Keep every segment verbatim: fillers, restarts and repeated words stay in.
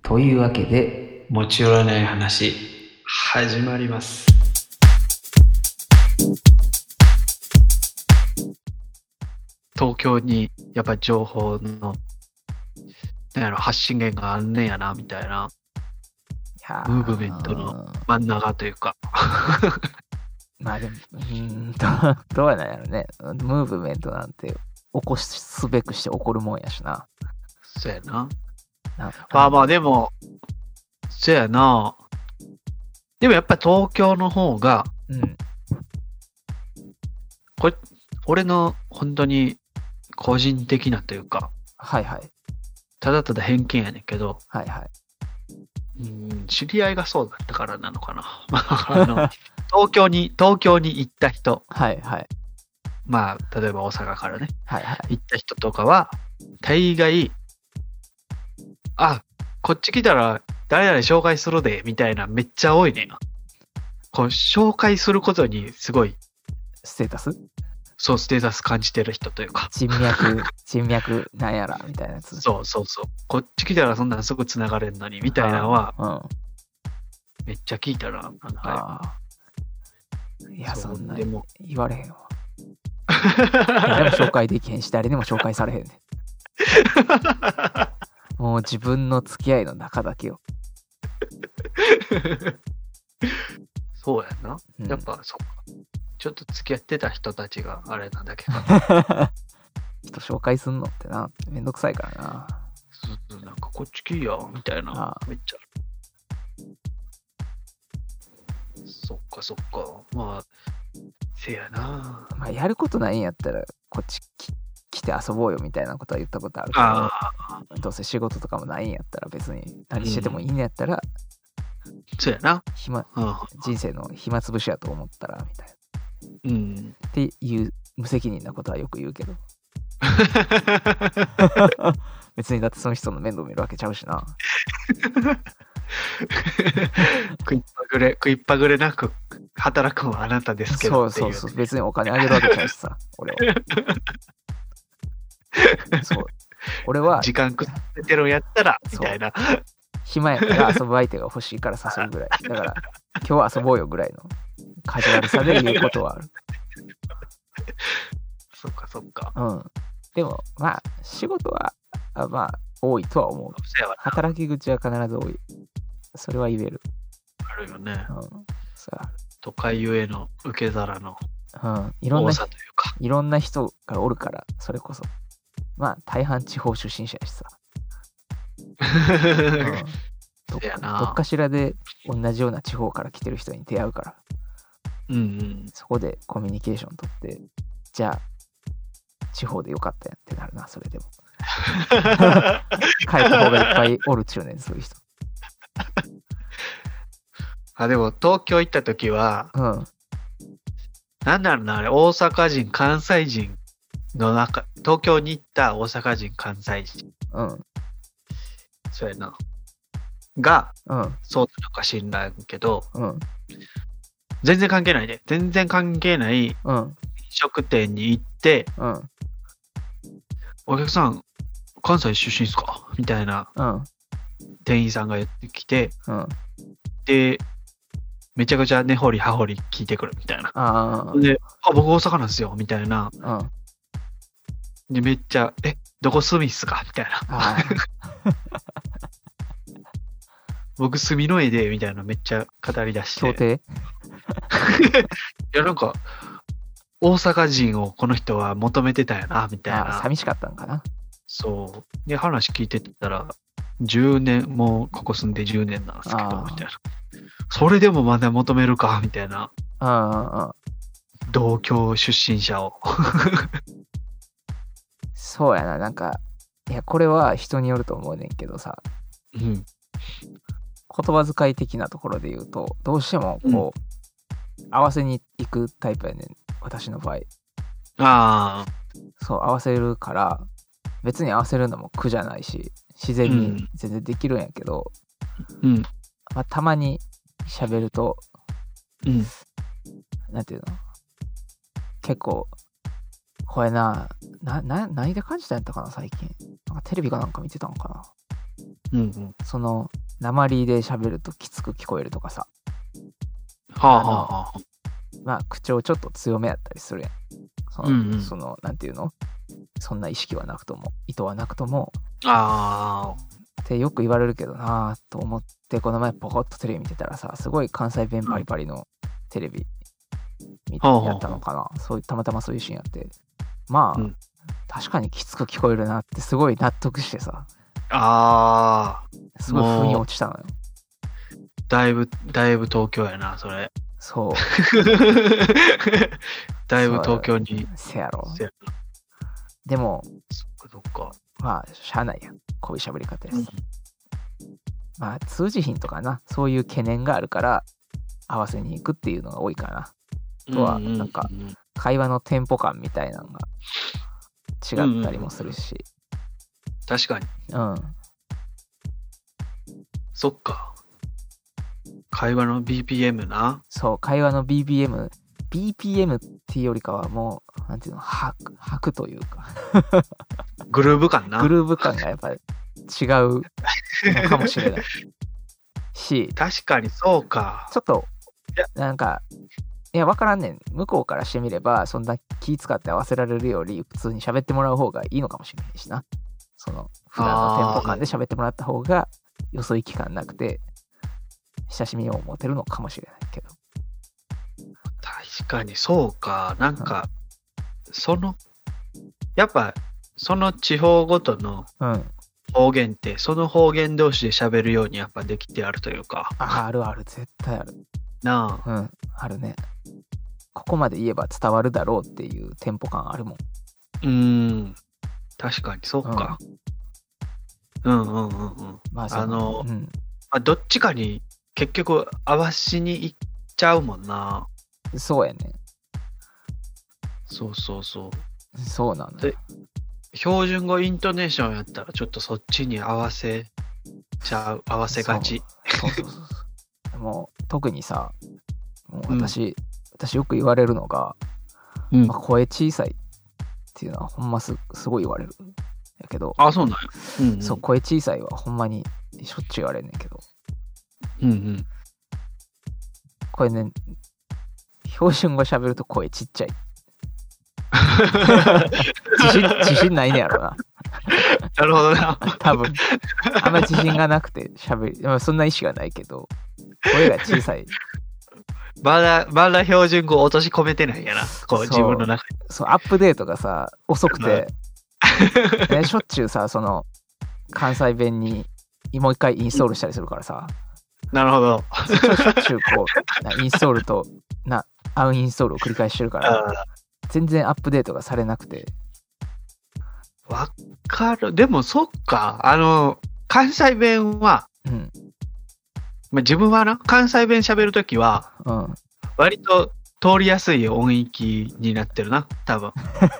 というわけで持ち寄らない話始まります。東京にやっぱ情報のなんやろ発信源があんねやなみたいな、ムーブメントの真ん中というかまあでもうーんどどうやなんやろね。ムーブメントなんて起こすべくして起こるもんやしな。 そうやな。 なまあまあでもそうやな。でもやっぱり東京の方が、 うん、 これ俺の本当に個人的なというか、 はいはいただただ偏見やねんけど、 はいはい。 うん、知り合いがそうだったからなのかな。あの東京に東京に行った人、 はいはいまあ例えば大阪からね、 はいはい行った人とかは大概、あ、こっち来たら誰々紹介するでみたいなめっちゃ多いねん。こう紹介することにすごいステータスそうステータス感じてる人というか、 人脈人脈なんやらみたいなやつ。 そうそうそう、こっち来たらそんなんすぐ繋がれんのにみたいなのはうん、 めっちゃ聞いたな。なんかあいや そ, そんなでも言われへんわ。誰も紹介できへんし誰にも紹介されへんねん。もう自分の付き合いの中だけよ。 そうやな、 うん、 やっぱそうか、ちょっと付き合ってた人たちがあれなんだけど人紹介すんのってなめんどくさいからな。 そうなんかこっち来いやみたいなめっちゃそっかそっか。まあせやな。 まあやることないんやったらこっちき来て遊ぼうよみたいなことは言ったことあるけど、どうせ仕事とかもないんやったら別に何しててもいいんやったら、 うん、そうやな。 暇、うん、人生の暇つぶしやと思ったらみたいな、 うん、 っていう無責任なことはよく言うけど別にだってその人の面倒見るわけちゃうしな食いっぱぐれ食いっぱぐれなく働くのはあなたですけどっていう、 そうそうそう、別にお金あげるわけちゃうしさ俺はそう俺は時間食っててるんやったらみたいな、 暇やから遊ぶ相手が欲しいから誘うぐらいだから今日遊ぼうよぐらいのカジュアルさで言うことはあるそっかそっか。 うん。でもまあ仕事はあまあ多いとは思う。働き口は必ず多い。それは言える。 あるよね。 うん。さあ都会ゆえの受け皿の多さというか、うん、いろんな人がおるからそれこそまあ大半地方出身者やしさ。うん、ど, っどっかしらで同じような地方から来てる人に出会うから、 うんうん、 そこでコミュニケーション取ってじゃあ地方でよかったやんってなるな。それでも帰った方がいっぱいおるっちゅうねんそういう人。 あでも東京行った時は、 うん、 なんだろうなあれ、大阪人関西人の中、東京に行った大阪人関西人、 うん、 そうやなが、 うん、 そうなのか知んないけど、 うん、 全然関係ないで全然関係ない飲食店に行って、 うん、 お客さん関西出身ですかみたいな、 うん、 店員さんがやってきて、 うん、 でめちゃくちゃ根掘り葉掘り聞いてくるみたいな。 あで、あ僕大阪なんですよみたいな。 うん、 でめっちゃえどこ住みっすかみたいな。僕住みの絵でみたいなめっちゃ語り出して。 協定いやなんか大阪人をこの人は求めてたよなみたいな。 あ寂しかったんかな。 そう。で話聞いてたらじゅうねんもうここ住んでじゅうねんなんですけどみたいな。それでもまだ求めるかみたいな。 あ同郷出身者を。 そうやな。なんかいやこれは人によると思うねんけどさ。 うん。言葉遣い的なところで言うとどうしてもこう、うん、合わせに行くタイプやねん私の場合。 ああ。 そう合わせるから別に合わせるのも苦じゃないし自然に全然できるんやけど、 うんまあ、たまに喋ると、 うん、 なんていうの結構これななな何で感じたんやったかな最近なんかテレビかなんか見てたのかな、 うんうん、 その鉛で喋るときつく聞こえるとかさ、 はあはあはあ、 まあ口調ちょっと強めやったりするやん。その、うんうん、そのなんていうの、そんな意識はなくとも意図はなくとも、 あーってよく言われるけどなと思って、この前ポコッとテレビ見てたらさ、すごい関西弁パリパリのテレビ見てやったのかな、うん、そういうたまたまそういうシーンやって、まあ、うん、確かにきつく聞こえるなってすごい納得してさ、 あーすごい風に落ちたのよ。 だいぶだいぶ東京やなそれ。 そうだいぶ東京にせやろ。でもそっかそっか、 まあしゃあないやん、こういう喋り方やさ、うん、まあ通じひんとかな、そういう懸念があるから合わせに行くっていうのが多いかな。あとはなんか会話のテンポ感みたいなのが違ったりもするし、 うんうん、確かに、 うん、 そっか、会話の ビーピーエム な。 そう、会話の ビーピーエム ビーピーエム っていうよりかはもうなんていうの、拍拍というかグルーヴ感な。 グルーヴ感がやっぱり違うのかもしれないし、 確かにそうか。 ちょっとなんかいや分からんねん、向こうからしてみればそんな気使って合わせられるより普通に喋ってもらう方がいいのかもしれないしな。その普段のテンポ感で喋ってもらった方がよそ行き感なくて親しみを持てるのかもしれないけど。 確かにそうか。なんか、うん、そのやっぱその地方ごとの方言って、うん、その方言同士で喋るようにやっぱできてあるというか。 あ、あるある、絶対あるなあ。 うん、あるね。ここまで言えば伝わるだろうっていうテンポ感あるもん。 うーん、確かにそうか。うん、うんうんうんうん。まあ、あの、うん、まあ、どっちかに結局合わしに行っちゃうもんな。 そうやね。 そうそうそう。 そうなんだ。 標準語イントネーションやったらちょっとそっちに合わせちゃう、合わせがち。 そうそうそうそう。もう特にさ、もう私、うん、私よく言われるのが、うんまあ、声小さいっていうのはほんますすごい言われる。やけど、 あ、そうなんや。うんうん、 そう、声小さいはほんまにしょっちゅう言われんねんけど。 うんうん。 これね、標準語喋ると声ちっちゃい。自信、自信ないねやろな。 なるほどな。 多分、あんまり自信がなくて喋り、まあ、そんな意思がないけど、声が小さい。 まだ、まだ標準語を落とし込めてないんやな。こう、自分の中に。 そう、アップデートがさ、遅くて、ね、しょっちゅうさ、その、関西弁にもう一回インストールしたりするからさ。 なるほど。 しょっちゅうこう、インストールと、な、アンインストールを繰り返してるから、全然アップデートがされなくて。 わかる。でも、そっか。あの、関西弁は、うんまあ、自分はな、関西弁喋るときは、うん、割と通りやすい音域になってるな、多分。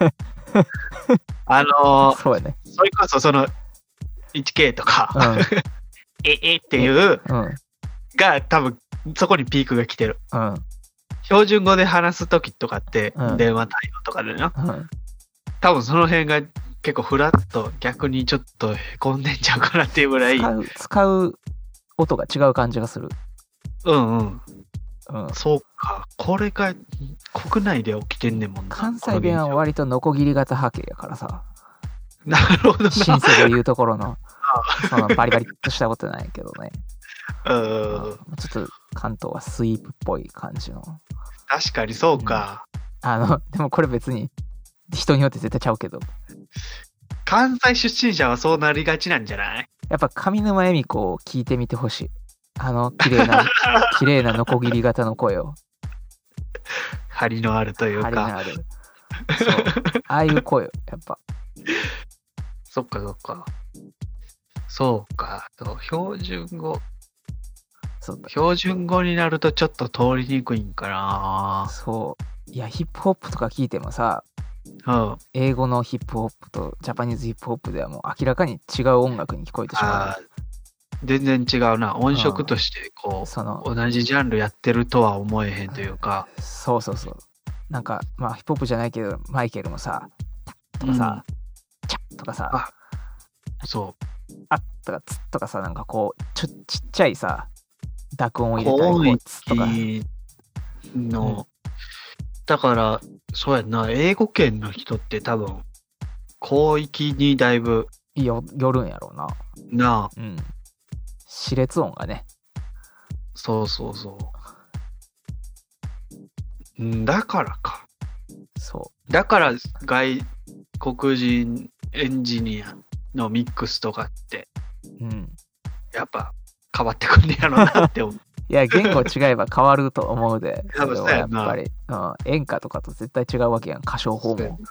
あのー、 そうやね。 それこそその ワンケー とか、うん、ええっていう、うん、が多分そこにピークが来てる。うん、標準語で話すときとかって、うん、電話対応とかでな、うん、多分その辺が結構フラッと逆にちょっとへこんでんちゃうかなっていうぐらい。 使う、使う音が違う感じがする。 うんうん。うん、そうか。これが国内で起きてんねんもんな。 関西弁は割とノコギリ型波形やからさ。 なるほどな。 シンセで言うところの、そのバリバリっとしたことないけどね。 うん。 ちょっと関東はスイープっぽい感じの。 確かにそうか。 うん、あの、でもこれ別に人によって絶対ちゃうけど。 関西出身者はそうなりがちなんじゃない？ やっぱ上沼恵美子を聞いてみてほしい。あの綺麗な綺麗なノコギリ型の声を。 張りのあるというか。 張りのある。そう。ああいう声やっぱ。 そっかそっか。そうか。標準語。そう標準語になるとちょっと通りにくいんかな。 そう。いやヒップホップとか聞いてもさ。 うん、 英語のヒップホップとジャパニーズヒップホップではもう明らかに違う音楽に聞こえてしまう。 全然違うな。音色としてこう、うん、その同じジャンルやってるとは思えへんというか。 そうそうそう。なんかまあヒップホップじゃないけどマイケルもさとかさ、うん、チャッとかさ。 あそう。 あっとかつっとかさ、なんかこうちょちっちゃいさ濁音を入れたりこうつっとかの、 うんだからそうやんな、英語圏の人って多分広域にだいぶよよるんやろうな。 なあ、 うん。歯列音がね。 そうそうそう。んだからか。 そだから外国人エンジニアのミックスとかってう。うん。 やっぱ変わってくんねやろなって思う。 いや、言語違えば変わると思うで。 多分それはやっぱり、うん、演歌とかと絶対違うわけやん、歌唱法も。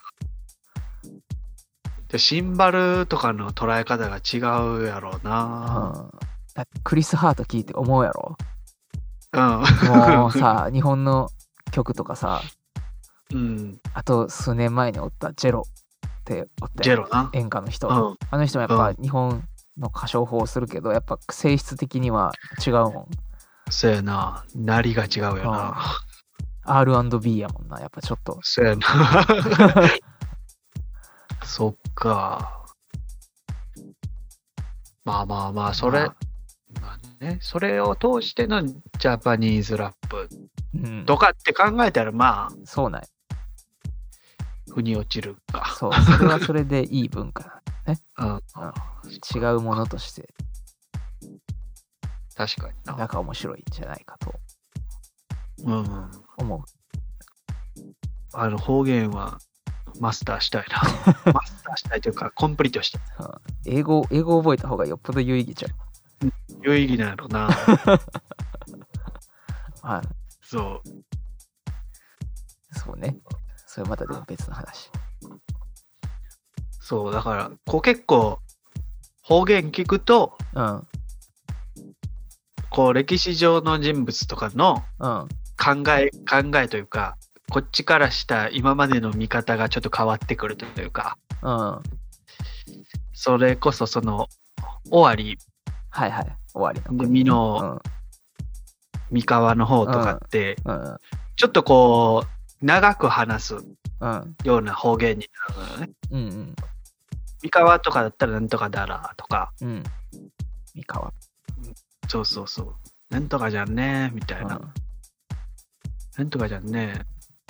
でシンバルとかの捉え方が違うやろううん。 な。 だってクリス・ハート聞いて思うやろ。 うん。 もうさ、日本の曲とかさ、 うん。 あと数年前におったジェロっておって、 ジェロな。 演歌の人。 うん。 あの人もやっぱ日本の歌唱法をするけど、やっぱ性質的には違うもん。 そうやな。なりが違うよな。 アールアンドビー やもんな、やっぱちょっと。 そうやな。そっか。まあまあまあ、それ、 まあまあね、それを通してのジャパニーズラップうん、 とかって考えたら、まあ、 そうなんや。 腑に落ちるか。 そう、それはそれでいい文化なんね。 うん。 うん、違うものとして、 確かにな。 なんか面白いんじゃないかとうんうん。 思う。 あの方言はマスターしたいな。マスターしたいというか、コンプリートしたい。 うん、英語、英語覚えた方がよっぽど有意義じゃん。 有意義なんやろな。 まあ、 そう。 そうね。それまたでも別の話。 そう、だから、こう結構、方言聞くと、 うん。 こう歴史上の人物とかのうん。 考え、考えというか、こっちからした今までの見方がちょっと変わってくるというか、 うん。はそれこそその、尾張、 いはい。終わりので、 国。 美濃、三河の方とかって、 うん。うん。 ちょっとこう、長く話すうん。 ような方言になるのよね。 うん。うん。 三河とかだったらなんとかだらとか、 うん。三河。 そうそうそう。なんとかじゃんねみたいな。 うん。 なんとかじゃんね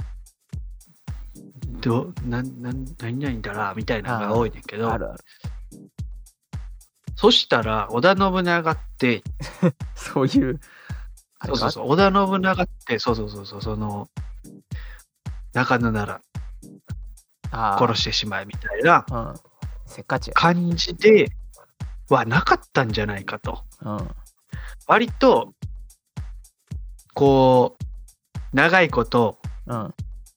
ど、なん、なん、何々だらみたいなのが多いねんけど、 あるある。 そしたら、織田信長って、 そういう、あれかそうそうそう、織田信長って、そうそうそうそう、その、中野ならあー殺してしまえみたいなうん。せっかちや。 感じではなかったんじゃないかと。 うん。 割と、こう、長いことうん。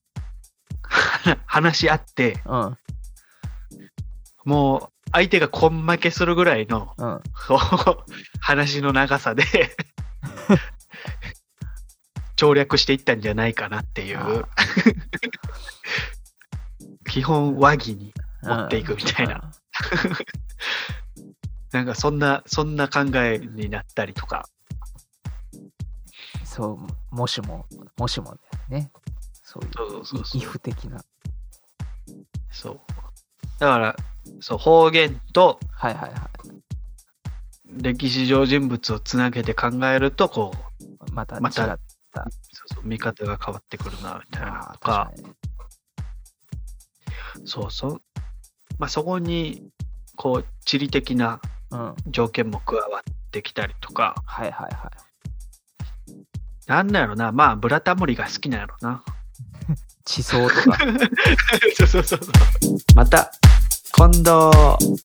話し合って、 うん。 もう相手が根負けするぐらいのうん。 こう話の長さで省略していったんじゃないかなっていあう基本和議に持っていくみたいな、なんかそんなそんな考えになったりとか。 そう、もしも、もしもだよね。そういう、 そうそうそうそうイフ的な。 そうだからそう方言とはいはいは歴史上人物をつなげて考えるとこうい。また違まった。 たそうそう見方が変わってくるなみたいなあーとか、 確かにね。 そうそうまあそこにこう地理的なうん。 条件も加わってきたりとか、 はいはいはい。 なんだろうな、まあブラタモリが好きなんやろな。 地層とか。 そうそうそうそう。また今度。